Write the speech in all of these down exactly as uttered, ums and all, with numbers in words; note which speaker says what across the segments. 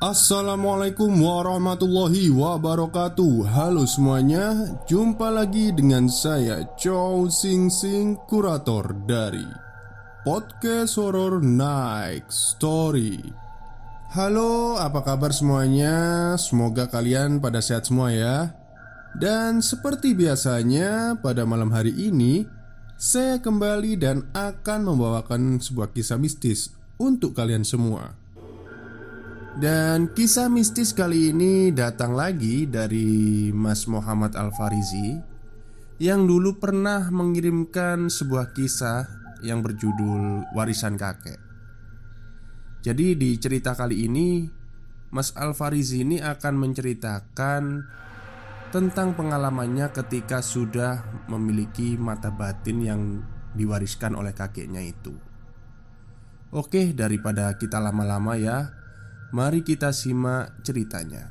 Speaker 1: Assalamualaikum warahmatullahi wabarakatuh. Halo semuanya, jumpa lagi dengan saya Chow Sing Sing, kurator dari Podcast Horror Night Story. Halo, apa kabar semuanya? Semoga kalian pada sehat semua ya. Dan seperti biasanya pada malam hari ini saya kembali dan akan membawakan sebuah kisah mistis untuk kalian semua. Dan kisah mistis kali ini datang lagi dari Mas Muhammad Al-Farizi, yang dulu pernah mengirimkan sebuah kisah yang berjudul Warisan Kakek. Jadi di cerita kali ini Mas Al-Farizi ini akan menceritakan tentang pengalamannya ketika sudah memiliki mata batin yang diwariskan oleh kakeknya itu. Oke, daripada kita lama-lama ya, mari kita simak ceritanya.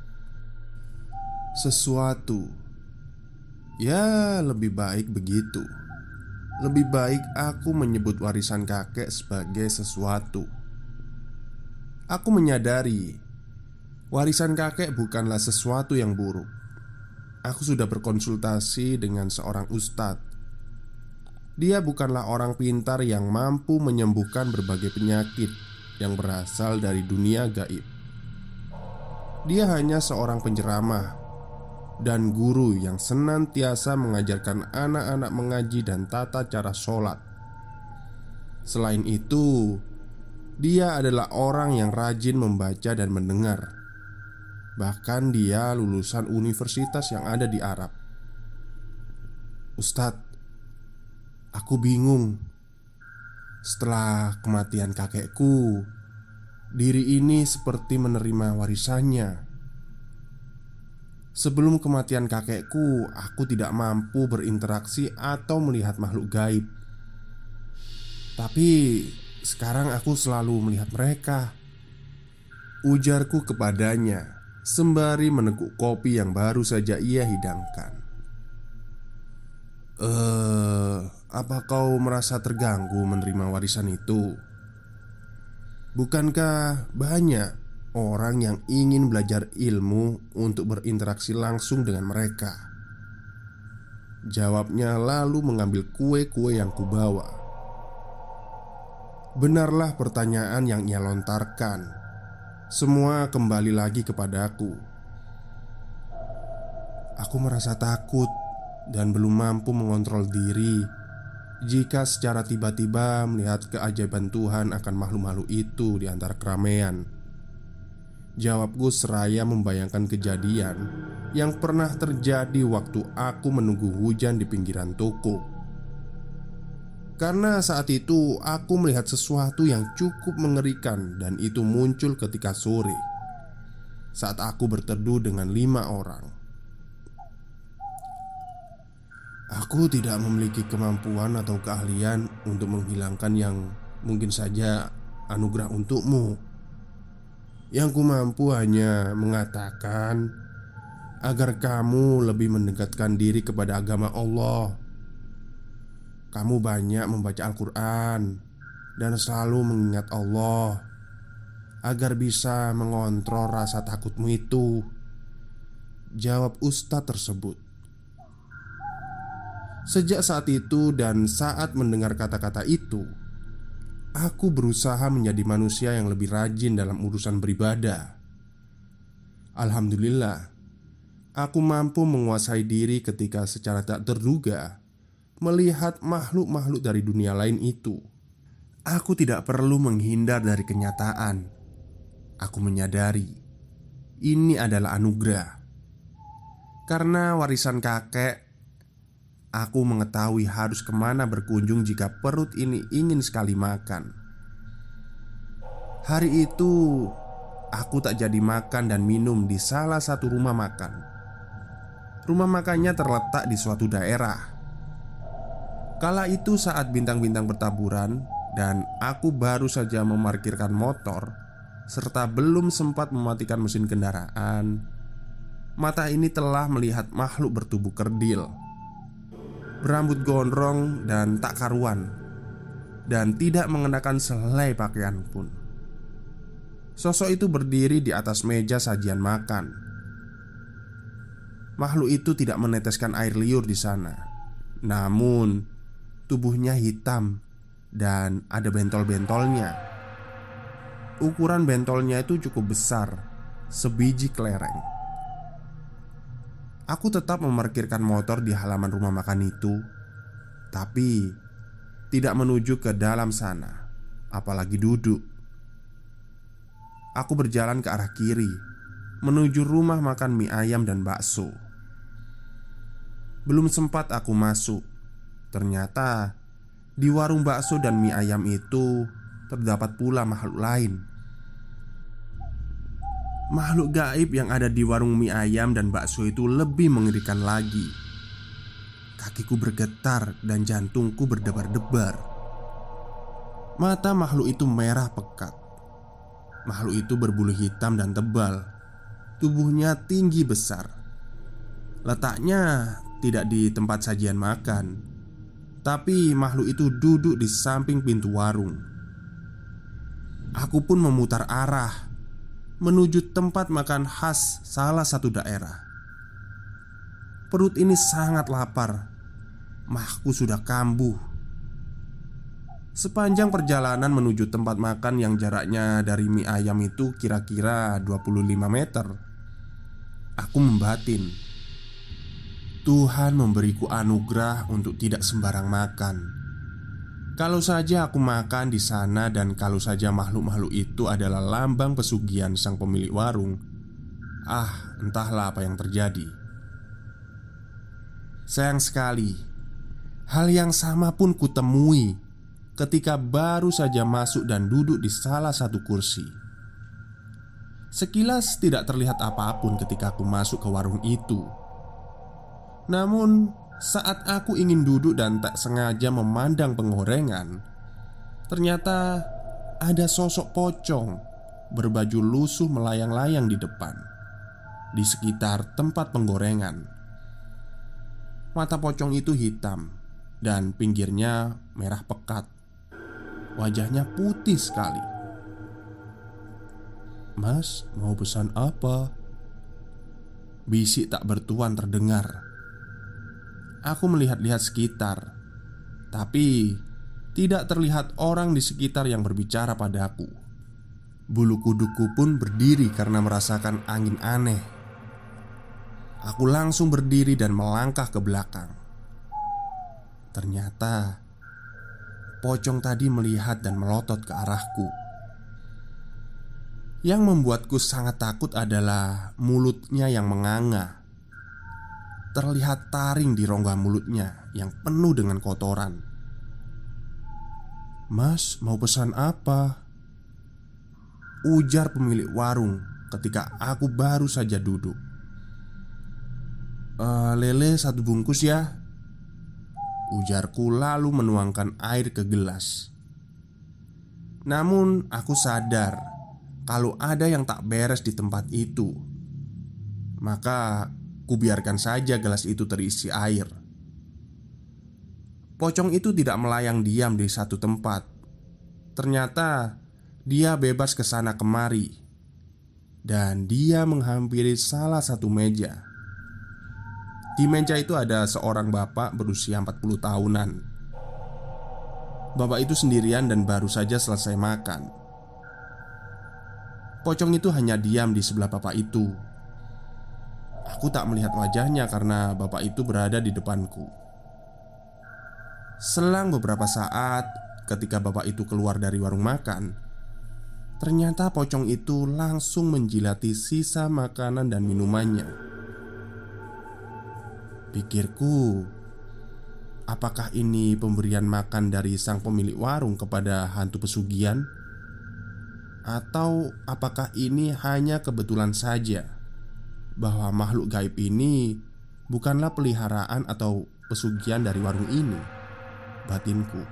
Speaker 1: Sesuatu, ya lebih baik begitu. Lebih baik aku menyebut warisan kakek sebagai sesuatu. Aku menyadari warisan kakek bukanlah sesuatu yang buruk. Aku sudah berkonsultasi dengan seorang ustadz. Dia bukanlah orang pintar yang mampu menyembuhkan berbagai penyakit yang berasal dari dunia gaib. Dia hanya seorang penceramah dan guru yang senantiasa mengajarkan anak-anak mengaji dan tata cara sholat. Selain itu, dia adalah orang yang rajin membaca dan mendengar. Bahkan dia lulusan universitas yang ada di Arab. Ustadz, aku bingung. Setelah kematian kakekku, diri ini seperti menerima warisannya. Sebelum kematian kakekku, aku tidak mampu berinteraksi atau melihat makhluk gaib. Tapi sekarang aku selalu melihat mereka, ujarku kepadanya sembari meneguk kopi yang baru saja ia hidangkan. Eh, apa kau merasa terganggu menerima warisan itu? Bukankah banyak orang yang ingin belajar ilmu untuk berinteraksi langsung dengan mereka? Jawabnya lalu mengambil kue-kue yang kubawa. Benarlah pertanyaan yang ia lontarkan. Semua kembali lagi kepadaku. Aku merasa takut dan belum mampu mengontrol diri jika secara tiba-tiba melihat keajaiban Tuhan akan makhluk-makhluk itu di antara keramaian. Jawabku seraya membayangkan kejadian yang pernah terjadi waktu aku menunggu hujan di pinggiran toko. Karena saat itu aku melihat sesuatu yang cukup mengerikan, dan itu muncul ketika sore saat aku berteduh dengan lima orang. Aku tidak memiliki kemampuan atau keahlian untuk menghilangkan yang mungkin saja anugerah untukmu. Yang ku mampu hanya mengatakan agar kamu lebih mendekatkan diri kepada agama Allah. Kamu banyak membaca Al-Quran dan selalu mengingat Allah agar bisa mengontrol rasa takutmu itu, jawab ustadz tersebut. Sejak saat itu dan saat mendengar kata-kata itu, aku berusaha menjadi manusia yang lebih rajin dalam urusan beribadah. Alhamdulillah, aku mampu menguasai diri ketika secara tak terduga melihat makhluk-makhluk dari dunia lain itu. Aku tidak perlu menghindar dari kenyataan. Aku menyadari ini adalah anugerah. Karena warisan kakek, aku mengetahui harus kemana berkunjung jika perut ini ingin sekali makan. Hari itu, aku tak jadi makan dan minum di salah satu rumah makan. Rumah makannya terletak di suatu daerah. Kala itu saat bintang-bintang bertaburan dan aku baru saja memarkirkan motor serta belum sempat mematikan mesin kendaraan, mata ini telah melihat makhluk bertubuh kerdil, berambut gondrong dan tak karuan, dan tidak mengenakan selai pakaian pun. Sosok itu berdiri di atas meja sajian makan. Makhluk itu tidak meneteskan air liur di sana. Namun tubuhnya hitam dan ada bentol-bentolnya. Ukuran bentolnya itu cukup besar, sebiji kelereng. Aku tetap memarkirkan motor di halaman rumah makan itu, tapi tidak menuju ke dalam sana, apalagi duduk. Aku berjalan ke arah kiri, menuju rumah makan mie ayam dan bakso. Belum sempat aku masuk, ternyata di warung bakso dan mie ayam itu terdapat pula makhluk lain. Makhluk gaib yang ada di warung mie ayam dan bakso itu lebih mengerikan lagi. Kakiku bergetar dan jantungku berdebar-debar. Mata makhluk itu merah pekat. Makhluk itu berbulu hitam dan tebal. Tubuhnya tinggi besar. Letaknya tidak di tempat sajian makan, tapi makhluk itu duduk di samping pintu warung. Aku pun memutar arah menuju tempat makan khas salah satu daerah. Perut ini sangat lapar. Mahku sudah kambuh. Sepanjang perjalanan menuju tempat makan yang jaraknya dari mie ayam itu kira-kira dua puluh lima meter, aku membatin, Tuhan memberiku anugerah untuk tidak sembarang makan. Kalau saja aku makan di sana dan kalau saja makhluk-makhluk itu adalah lambang pesugihan sang pemilik warung, ah, entahlah apa yang terjadi. Sayang sekali, hal yang sama pun kutemui ketika baru saja masuk dan duduk di salah satu kursi. Sekilas tidak terlihat apapun ketika aku masuk ke warung itu. Namun saat aku ingin duduk dan tak sengaja memandang penggorengan, ternyata ada sosok pocong berbaju lusuh melayang-layang di depan, di sekitar tempat penggorengan. Mata pocong itu hitam dan pinggirnya merah pekat. Wajahnya putih sekali. "Mas, mau pesan apa?" Bisik tak bertuan terdengar. Aku melihat-lihat sekitar, tapi tidak terlihat orang di sekitar yang berbicara padaku. Bulu kuduku pun berdiri karena merasakan angin aneh. Aku langsung berdiri dan melangkah ke belakang. Ternyata pocong tadi melihat dan melotot ke arahku. Yang membuatku sangat takut adalah mulutnya yang menganga. Terlihat taring di rongga mulutnya yang penuh dengan kotoran. "Mas, mau pesan apa?" ujar pemilik warung ketika aku baru saja duduk. e, "Lele satu bungkus ya," ujarku lalu menuangkan air ke gelas. Namun aku sadar kalau ada yang tak beres di tempat itu. Maka kubiarkan saja gelas itu terisi air. Pocong itu tidak melayang diam di satu tempat. Ternyata dia bebas ke sana kemari. Dan dia menghampiri salah satu meja. Di meja itu ada seorang bapak berusia empat puluh tahunan. Bapak itu sendirian dan baru saja selesai makan. Pocong itu hanya diam di sebelah bapak itu. Aku tak melihat wajahnya karena bapak itu berada di depanku. Selang beberapa saat, ketika bapak itu keluar dari warung makan, ternyata pocong itu langsung menjilati sisa makanan dan minumannya. Pikirku, apakah ini pemberian makan dari sang pemilik warung kepada hantu pesugihan? Atau apakah ini hanya kebetulan saja bahwa makhluk gaib ini bukanlah peliharaan atau pesugihan dari warung ini? Batinku.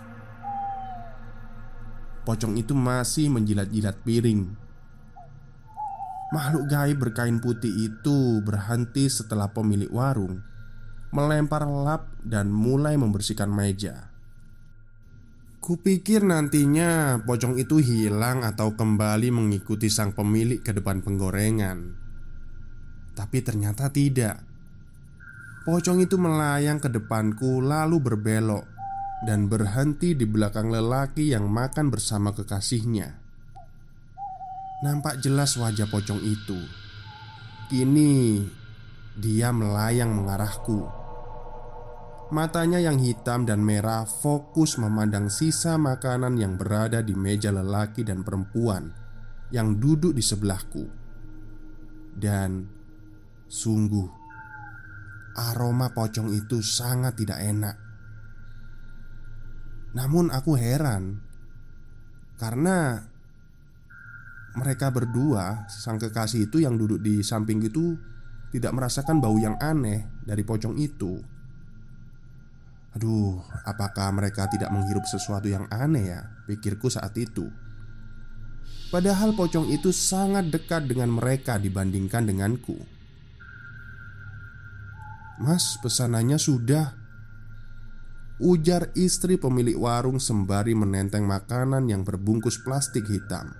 Speaker 1: Pocong itu masih menjilat-jilat piring. Makhluk gaib berkain putih itu berhenti setelah pemilik warung melempar lap dan mulai membersihkan meja. Kupikir nantinya pocong itu hilang atau kembali mengikuti sang pemilik ke depan penggorengan. Tapi ternyata tidak. Pocong itu melayang ke depanku lalu berbelok dan berhenti di belakang lelaki yang makan bersama kekasihnya. Nampak jelas wajah pocong itu. Kini dia melayang mengarahku. Matanya yang hitam dan merah fokus memandang sisa makanan yang berada di meja lelaki dan perempuan yang duduk di sebelahku. Dan sungguh, aroma pocong itu sangat tidak enak. Namun aku heran karena mereka berdua, sang kekasih itu yang duduk di samping itu, tidak merasakan bau yang aneh dari pocong itu. Aduh, apakah mereka tidak menghirup sesuatu yang aneh ya? Pikirku saat itu. Padahal pocong itu sangat dekat dengan mereka dibandingkan denganku. "Mas, pesanannya sudah," ujar istri pemilik warung sembari menenteng makanan yang berbungkus plastik hitam.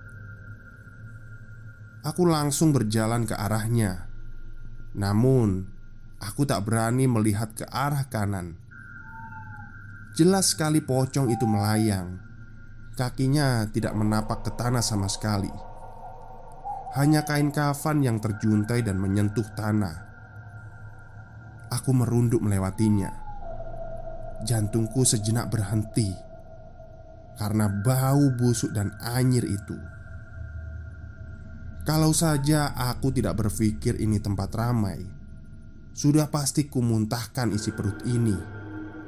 Speaker 1: Aku langsung berjalan ke arahnya. Namun, aku tak berani melihat ke arah kanan. Jelas sekali pocong itu melayang. Kakinya tidak menapak ke tanah sama sekali. Hanya kain kafan yang terjuntai dan menyentuh tanah. Aku merunduk melewatinya. Jantungku sejenak berhenti karena bau busuk dan anyir itu. Kalau saja aku tidak berpikir ini tempat ramai, sudah pasti kumuntahkan isi perut ini.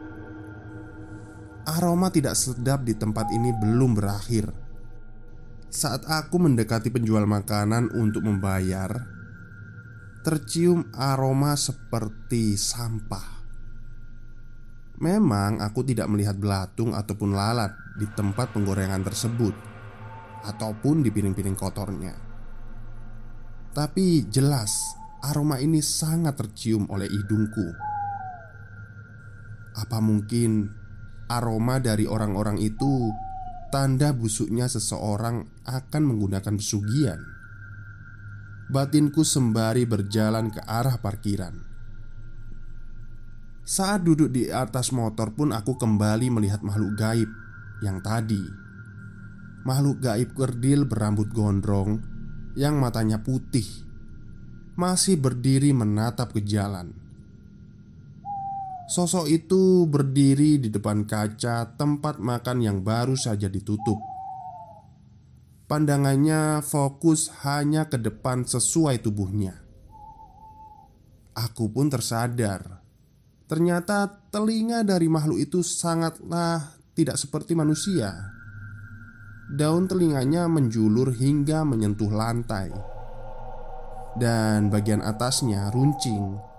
Speaker 1: Aroma tidak sedap di tempat ini belum berakhir. Saat aku mendekati penjual makanan untuk membayar, tercium aroma seperti sampah. Memang aku tidak melihat belatung ataupun lalat di tempat penggorengan tersebut, ataupun di piring-piring kotornya. Tapi jelas aroma ini sangat tercium oleh hidungku. Apa mungkin aroma dari orang-orang itu tanda busuknya seseorang akan menggunakan pesugihan? Batinku sembari berjalan ke arah parkiran. Saat duduk di atas motor pun aku kembali melihat makhluk gaib yang tadi. Makhluk gaib kerdil berambut gondrong yang matanya putih masih berdiri menatap ke jalan. Sosok itu berdiri di depan kaca tempat makan yang baru saja ditutup. Pandangannya fokus hanya ke depan sesuai tubuhnya. Aku pun tersadar, ternyata telinga dari makhluk itu sangatlah tidak seperti manusia. Daun telinganya menjulur hingga menyentuh lantai, dan bagian atasnya runcing.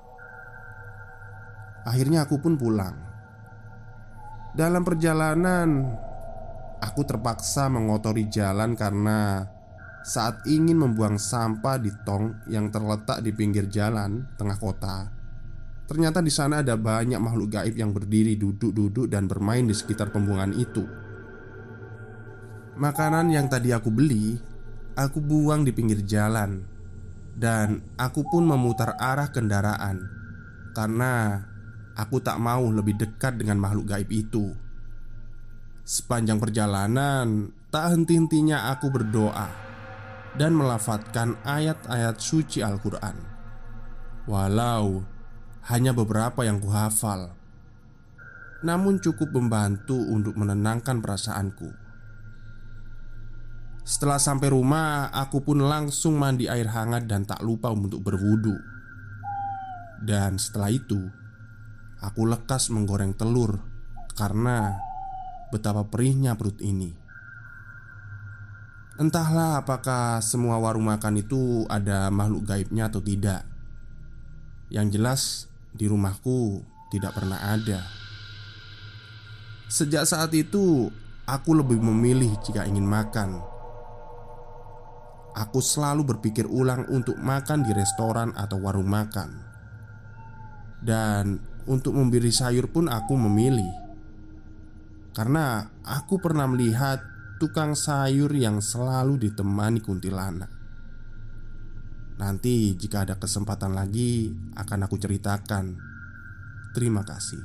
Speaker 1: Akhirnya aku pun pulang. Dalam perjalanan, aku terpaksa mengotori jalan karena saat ingin membuang sampah di tong yang terletak di pinggir jalan tengah kota, ternyata di sana ada banyak makhluk gaib yang berdiri duduk-duduk dan bermain di sekitar pembuangan itu. Makanan yang tadi aku beli, aku buang di pinggir jalan, dan aku pun memutar arah kendaraan karena aku tak mau lebih dekat dengan makhluk gaib itu. Sepanjang perjalanan, tak henti-hentinya aku berdoa dan melafadzkan ayat-ayat suci Al-Quran. Walau hanya beberapa yang kuhafal, namun cukup membantu untuk menenangkan perasaanku. Setelah sampai rumah, aku pun langsung mandi air hangat dan tak lupa untuk berwudu. Dan setelah itu, aku lekas menggoreng telur karena betapa perihnya perut ini. Entahlah apakah semua warung makan itu ada makhluk gaibnya atau tidak. Yang jelas di rumahku tidak pernah ada. Sejak saat itu, aku lebih memilih jika ingin makan, aku selalu berpikir ulang untuk makan di restoran atau warung makan. Dan untuk membeli sayur pun aku memilih. Karena aku pernah melihat tukang sayur yang selalu ditemani kuntilanak. Nanti jika ada kesempatan lagi akan aku ceritakan. Terima kasih.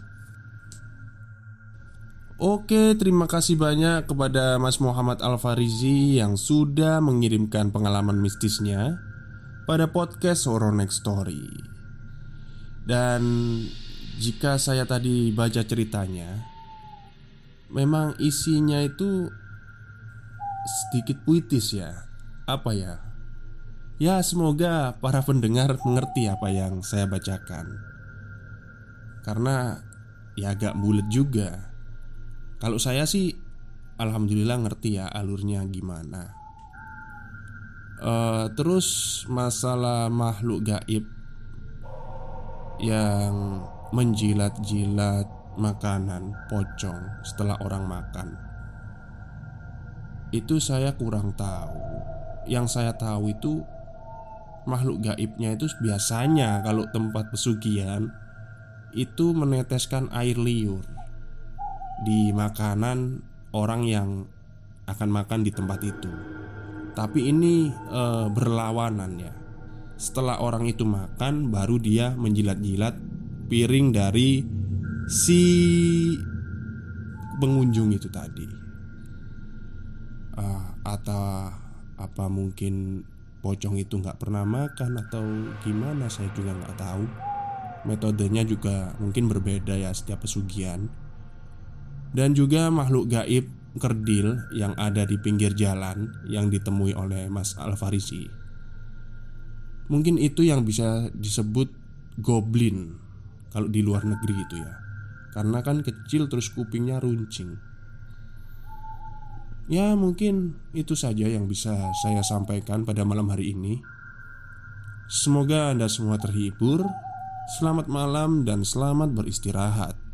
Speaker 1: Oke, terima kasih banyak kepada Mas Muhammad Al-Farizi yang sudah mengirimkan pengalaman mistisnya pada podcast Horror Next Story. Dan jika saya tadi baca ceritanya, memang isinya itu sedikit puitis ya. Apa ya? Ya, semoga para pendengar mengerti apa yang saya bacakan. Karena ya agak bulet juga. Kalau saya sih alhamdulillah ngerti ya alurnya gimana. uh, Terus masalah makhluk gaib yang menjilat-jilat makanan pocong setelah orang makan, itu saya kurang tahu. Yang saya tahu itu makhluk gaibnya itu biasanya kalau tempat pesugihan itu meneteskan air liur di makanan orang yang akan makan di tempat itu. Tapi ini e, berlawanan ya. Setelah orang itu makan, baru dia menjilat-jilat piring dari si pengunjung itu tadi. uh, Atau apa mungkin pocong itu nggak pernah makan atau gimana, saya juga nggak tahu. Metodenya juga mungkin berbeda ya setiap pesugihan. Dan juga makhluk gaib kerdil yang ada di pinggir jalan yang ditemui oleh Mas Al-Farizi. Mungkin itu yang bisa disebut goblin kalau di luar negeri itu ya. Karena kan kecil terus kupingnya runcing. Ya mungkin itu saja yang bisa saya sampaikan pada malam hari ini. Semoga Anda semua terhibur. Selamat malam dan selamat beristirahat.